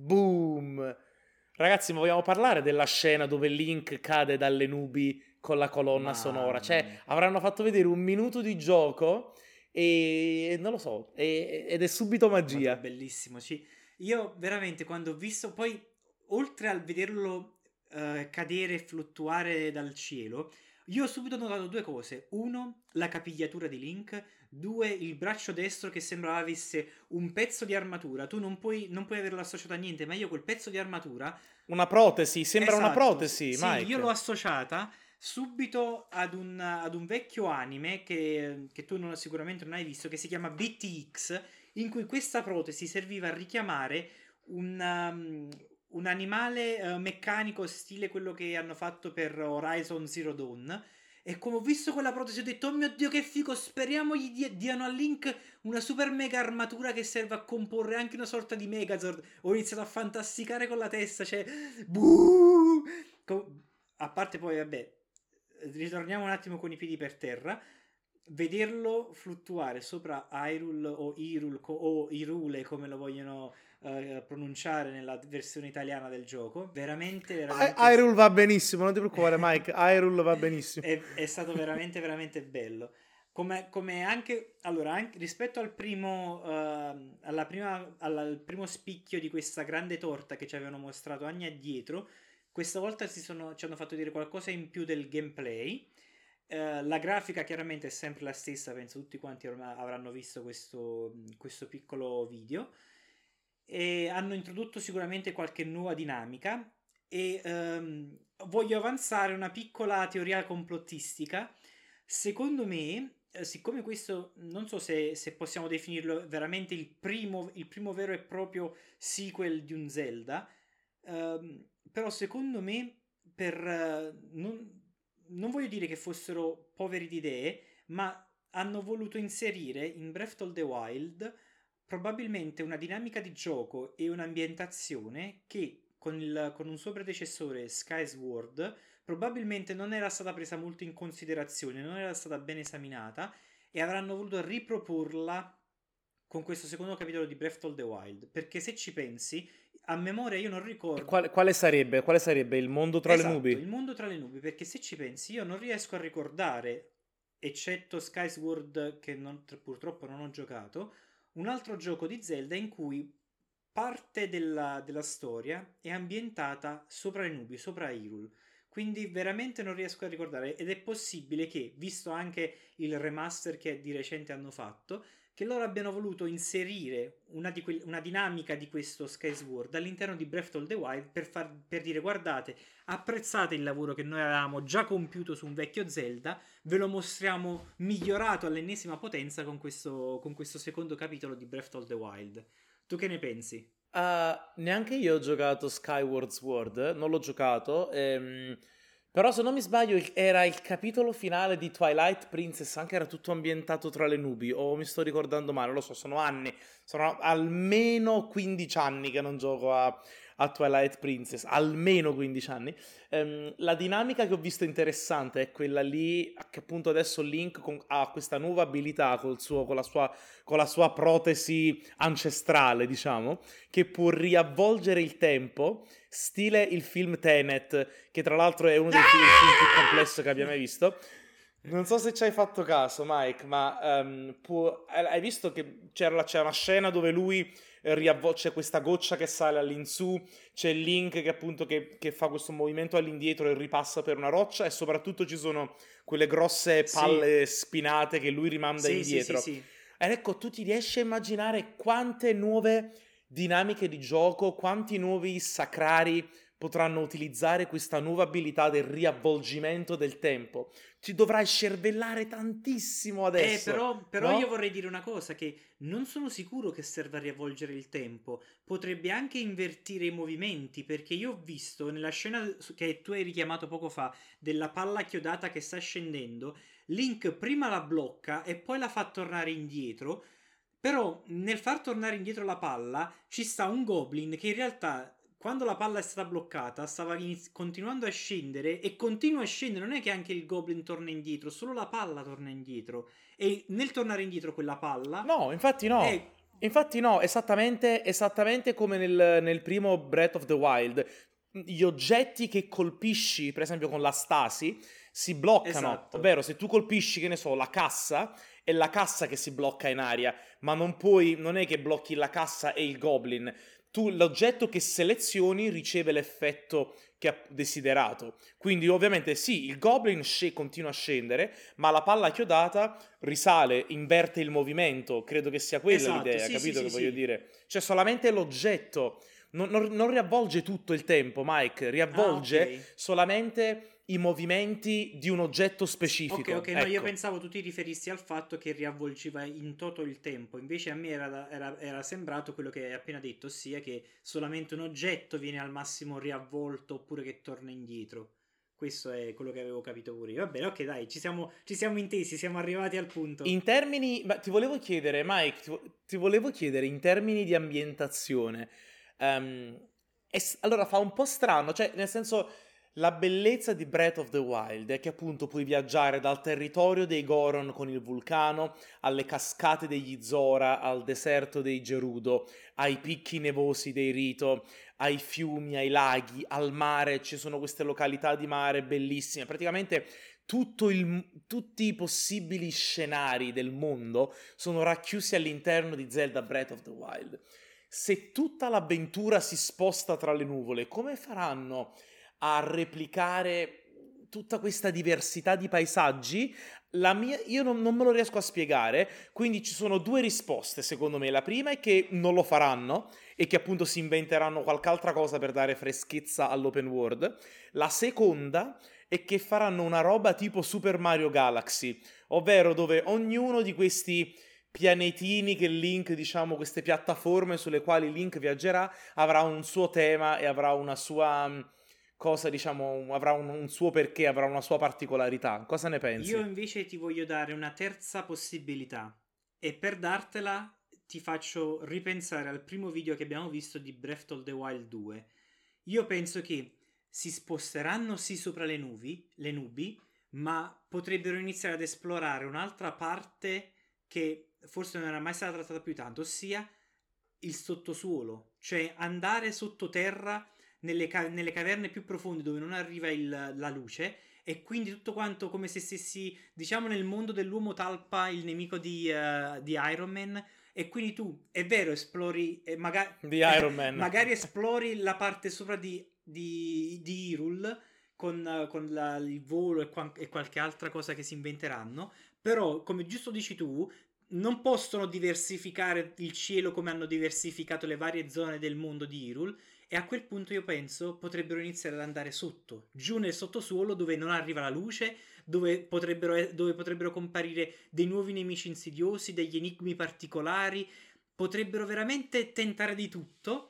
boom, ragazzi, ma vogliamo parlare della scena dove Link cade dalle nubi con la colonna sonora? Mamma Cioè, mia. avranno fatto vedere un minuto di gioco e non lo so, e- ed è subito Madò, magia. bellissimo. Ci- Io veramente quando ho visto, poi oltre al vederlo eh, cadere e fluttuare dal cielo, io ho subito notato due cose. Uno, la capigliatura di Link. Due, il braccio destro che sembrava avesse un pezzo di armatura. Tu non puoi, non puoi averlo associato a niente, ma io quel pezzo di armatura. Una protesi, sembra una Esatto, s- protesi, sì, io l'ho Mike. associata subito ad un, ad un vecchio anime che, che tu non, sicuramente non hai visto, che si chiama B T X, in cui questa protesi serviva a richiamare un, um, un animale eh, meccanico stile quello che hanno fatto per Horizon Zero Dawn. E come ho visto quella protesi ho detto, oh mio Dio che figo, speriamo gli dia- diano a Link una super mega armatura che serve a comporre anche una sorta di Megazord. Ho iniziato a fantasticare con la testa, cioè... Buh! Com- a parte poi, vabbè, ritorniamo un attimo con i piedi per terra. Vederlo fluttuare sopra Hyrule o Hyrule co- o Hyrule come lo vogliono eh, pronunciare nella versione italiana del gioco, veramente, Hy- veramente Hyrule va benissimo, non ti preoccupare, Mike. Hyrule va benissimo. è, è stato veramente, veramente bello. Come, come anche, allora, anche rispetto al primo, ehm, alla prima, alla- al primo spicchio di questa grande torta che ci avevano mostrato anni addietro, questa volta si sono, ci hanno fatto dire qualcosa in più del gameplay. Eh, la grafica chiaramente è sempre la stessa, penso tutti quanti ormai avranno visto questo, questo piccolo video. E hanno introdotto sicuramente qualche nuova dinamica e ehm, voglio avanzare una piccola teoria complottistica. Secondo me, eh, siccome questo non so se, se possiamo definirlo veramente il primo, il primo vero e proprio sequel di un Zelda, ehm, però secondo me per eh, non, non voglio dire che fossero poveri di idee, ma hanno voluto inserire in Breath of the Wild probabilmente una dinamica di gioco e un'ambientazione che con, il- con un suo predecessore Skyward probabilmente non era stata presa molto in considerazione, non era stata ben esaminata e avranno voluto riproporla con questo secondo capitolo di Breath of the Wild. Perché se ci pensi, a memoria io non E ricordo. quale, quale sarebbe? Quale sarebbe il mondo tra le Esatto, il nubi? mondo tra le nubi, perché se ci pensi io non riesco a ricordare, eccetto Skyward che non- purtroppo non ho giocato, un altro gioco di Zelda in cui parte della, della storia è ambientata sopra le nubi, sopra Hyrule. Quindi veramente non riesco a ricordare ed è possibile che, visto anche il remaster che di recente hanno fatto, che loro abbiano voluto inserire una, di que- una dinamica di questo Skyward all'interno di Breath of the Wild per, far- per dire guardate, apprezzate il lavoro che noi avevamo già compiuto su un vecchio Zelda, ve lo mostriamo migliorato all'ennesima potenza con questo, con questo secondo capitolo di Breath of the Wild. Tu che ne pensi? Ah, neanche io ho giocato Skyward Sword, non l'ho giocato, ehm, però se non mi sbaglio il- era il capitolo finale di Twilight Princess, anche era tutto ambientato tra le nubi, o mi sto ricordando male, non lo so, sono anni, sono almeno quindici anni che non gioco a, a Twilight Princess, almeno quindici anni. Ehm, la dinamica che ho visto interessante è quella lì, che appunto adesso Link con- ha questa nuova abilità col suo- con la sua, con la sua protesi ancestrale, diciamo, che può riavvolgere il tempo, stile il film Tenet, che tra l'altro è uno dei, fi- del film più complesso che abbia mai visto. Non so se ci hai fatto caso, Mike, ma ehm, può- hai hai visto che c'era, la- c'è una scena dove lui eh, riavvo- c'è questa goccia che sale all'insù, c'è Link che appunto che, che fa questo movimento all'indietro e ripassa per una roccia e soprattutto ci sono quelle grosse Sì, palle spinate che lui rimanda sì, sì, sì, indietro. sì. Ed ecco, tu ti riesci a immaginare quante nuove dinamiche di gioco, quanti nuovi sacrari potranno utilizzare questa nuova abilità del riavvolgimento del tempo. Ci dovrai scervellare tantissimo Eh, adesso, però, però io no? vorrei dire una cosa, che non sono sicuro che serva a riavvolgere il tempo, potrebbe anche invertire i movimenti, perché io ho visto nella scena su- che tu hai richiamato poco fa, della palla chiodata che sta scendendo, Link prima la blocca e poi la fa tornare indietro, però nel far tornare indietro la palla ci sta un Goblin che in realtà quando la palla è stata bloccata stava iniz- continuando a scendere e continua a scendere, non è che anche il Goblin torna indietro, solo la palla torna indietro. E nel tornare indietro quella palla No, infatti no. è... Infatti no, esattamente, esattamente come nel, nel primo Breath of the Wild. Gli oggetti che colpisci, per esempio con la stasi, si bloccano. Esatto, Ovvero, se tu colpisci, che ne so, la cassa, è la cassa che si blocca in aria, ma non puoi, non è che blocchi la cassa e il goblin. Tu, l'oggetto che selezioni riceve l'effetto che ha desiderato. Quindi, ovviamente, sì, il goblin sce- continua a scendere, ma la palla chiodata risale, inverte il movimento, credo che sia quella esatto, l'idea, sì, sì, capito che sì, voglio sì. dire? Cioè solamente l'oggetto, non, non- non riavvolge tutto il tempo, Mike, Ah, ok. riavvolge solamente i movimenti di un oggetto Ok, ok, specifico, no, io ecco. pensavo tu ti riferissi al fatto che riavvolgeva in toto il tempo, invece a me era, era- era sembrato quello che hai appena detto, ossia che solamente un oggetto viene al massimo riavvolto oppure che torna indietro. Questo è quello che avevo capito pure io. Va bene, ok, dai, ci siamo, ci siamo intesi, siamo arrivati al punto. In termini, ma ti volevo chiedere, Mike, ti, vo- ti volevo chiedere in termini di ambientazione, ehm, es- allora fa un po' strano, cioè nel senso la bellezza di Breath of the Wild è che appunto puoi viaggiare dal territorio dei Goron con il vulcano, alle cascate degli Zora, al deserto dei Gerudo, ai picchi nevosi dei Rito, ai fiumi, ai laghi, al mare, ci sono queste località di mare bellissime, praticamente tutto il- tutti i possibili scenari del mondo sono racchiusi all'interno di Zelda Breath of the Wild. Se tutta l'avventura si sposta tra le nuvole, come faranno a replicare tutta questa diversità di paesaggi? La mia, io non, non me lo riesco a spiegare, quindi ci sono due risposte secondo me. La prima è che non lo faranno e che appunto si inventeranno qualche altra cosa per dare freschezza all'open world. La seconda e che faranno una roba tipo Super Mario Galaxy, ovvero dove ognuno di questi pianetini che Link, diciamo, queste piattaforme sulle quali Link viaggerà, avrà un suo tema e avrà una sua mh, cosa, diciamo, avrà un, un suo perché, avrà una sua particolarità. Cosa ne Io pensi? invece ti voglio dare una terza possibilità e per dartela ti faccio ripensare al primo video che abbiamo visto di Breath of the Wild due. Io penso che si sposteranno sì sopra le nubi, le nubi, ma potrebbero iniziare ad esplorare un'altra parte che forse non era mai stata trattata più tanto, ossia il sottosuolo, cioè andare sottoterra nelle, ca- nelle caverne più profonde dove non arriva il- la luce e quindi tutto quanto come se stessi, diciamo, nel mondo dell'uomo talpa, il nemico di, eh, di Iron Man. E quindi tu, è vero, esplori, e maga- Di Iron Man. magari esplori la parte sopra di, di, di Hyrule con, eh, con la- il volo e, quan- e qualche altra cosa che si inventeranno. Però, come giusto dici tu, non possono diversificare il cielo come hanno diversificato le varie zone del mondo di Hyrule. E a quel punto io penso potrebbero iniziare ad andare sotto, giù nel sottosuolo dove non arriva la luce, dove potrebbero, e- dove potrebbero comparire dei nuovi nemici insidiosi, degli enigmi particolari. Potrebbero veramente tentare di tutto.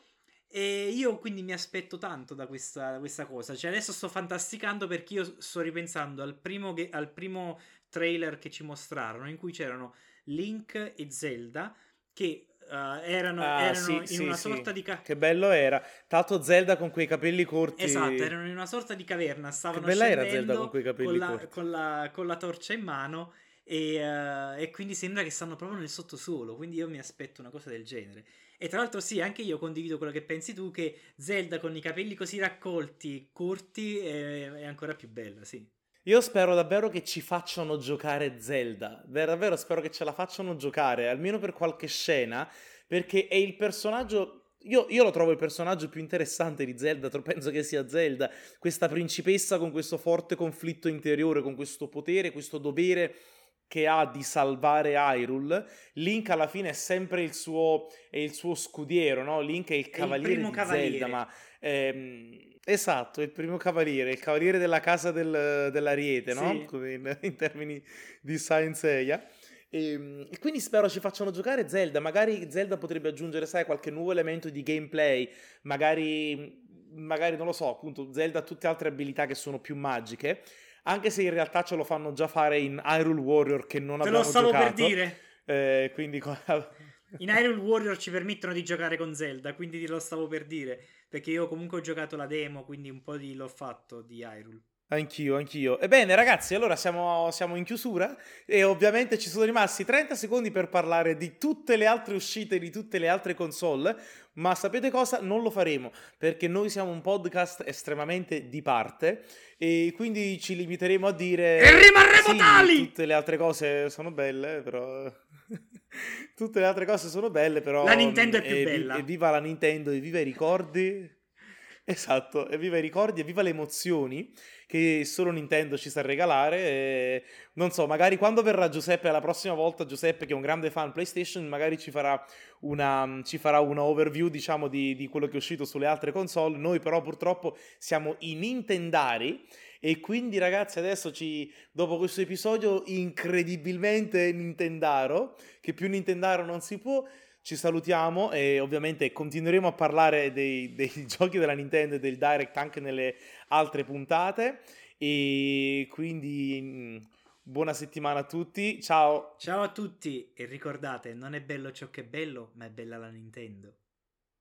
E io quindi mi aspetto tanto da questa, da questa cosa. Cioè, adesso sto fantasticando perché io sto ripensando al primo, ge- al primo trailer che ci mostrarono, in cui c'erano Link e Zelda che eh, erano, Ah, erano sì, in sì, una sì. sorta di... ca- Che bello era. Tanto Zelda con quei capelli Esatto, corti. erano in una sorta di caverna, Che stavano bella era Zelda con scendendo quei con capelli la, corti. con la- con la torcia in mano e, eh, e quindi sembra che stanno proprio nel sottosuolo, quindi io mi aspetto una cosa del genere. E tra l'altro sì, anche io condivido quello che pensi tu, che Zelda con i capelli così raccolti, corti, è, è ancora più bella, sì. Io spero davvero che ci facciano giocare Zelda. Ver- Davvero spero che ce la facciano giocare, almeno per qualche scena, perché è il personaggio. Io, io lo trovo il personaggio più interessante di Zelda, tro- penso che sia Zelda, questa principessa con questo forte conflitto interiore, con questo potere, questo dovere che ha di salvare Hyrule. Link alla fine è sempre il suo, è il suo scudiero, no? Link è il È il cavaliere primo di Zelda, cavaliere. ma ehm, esatto, è il primo cavaliere, il cavaliere della casa del- dell'Ariete, no? Sì. Come in, in termini di Saint Seiya. E, e quindi spero ci facciano giocare Zelda. Magari Zelda potrebbe aggiungere, sai, qualche nuovo elemento di gameplay. Magari, magari non lo so, appunto, Zelda ha tutte altre abilità che sono più magiche. Anche se in realtà ce lo fanno già fare in Hyrule Warrior che non Te lo abbiamo stavo per giocato. dire. Eh, quindi co- In Hyrule Warrior ci permettono di giocare con Zelda, quindi te lo stavo per dire. Perché io comunque ho giocato la demo, quindi un po' di l'ho fatto di Hyrule. Anch'io, anch'io. Ebbene, ragazzi, allora siamo, siamo in chiusura e ovviamente ci sono rimasti trenta secondi per parlare di tutte le altre uscite, di tutte le altre console, ma sapete cosa? Non lo faremo perché noi siamo un podcast estremamente di parte e quindi ci limiteremo a E dire rimarremo sì, tali! tutte le altre cose sono belle, però tutte le altre cose sono belle, La però mm, Nintendo è più evi- bella. evviva la Nintendo, evviva i ricordi. Esatto, evviva i ricordi, evviva le emozioni che solo Nintendo ci sa regalare. E non so, magari quando verrà Giuseppe la prossima volta, Giuseppe che è un grande fan PlayStation, magari ci farà una, ci farà una overview, diciamo, di, di quello che è uscito sulle altre console. Noi però purtroppo siamo i Nintendari e quindi ragazzi adesso ci, dopo questo episodio incredibilmente Nintendaro, che più Nintendaro non si può, ci salutiamo e ovviamente continueremo a parlare dei, dei giochi della Nintendo e del Direct anche nelle altre puntate e quindi mh, buona settimana a tutti, ciao! Ciao a tutti e ricordate, non è bello ciò che è bello, ma è bella la Nintendo.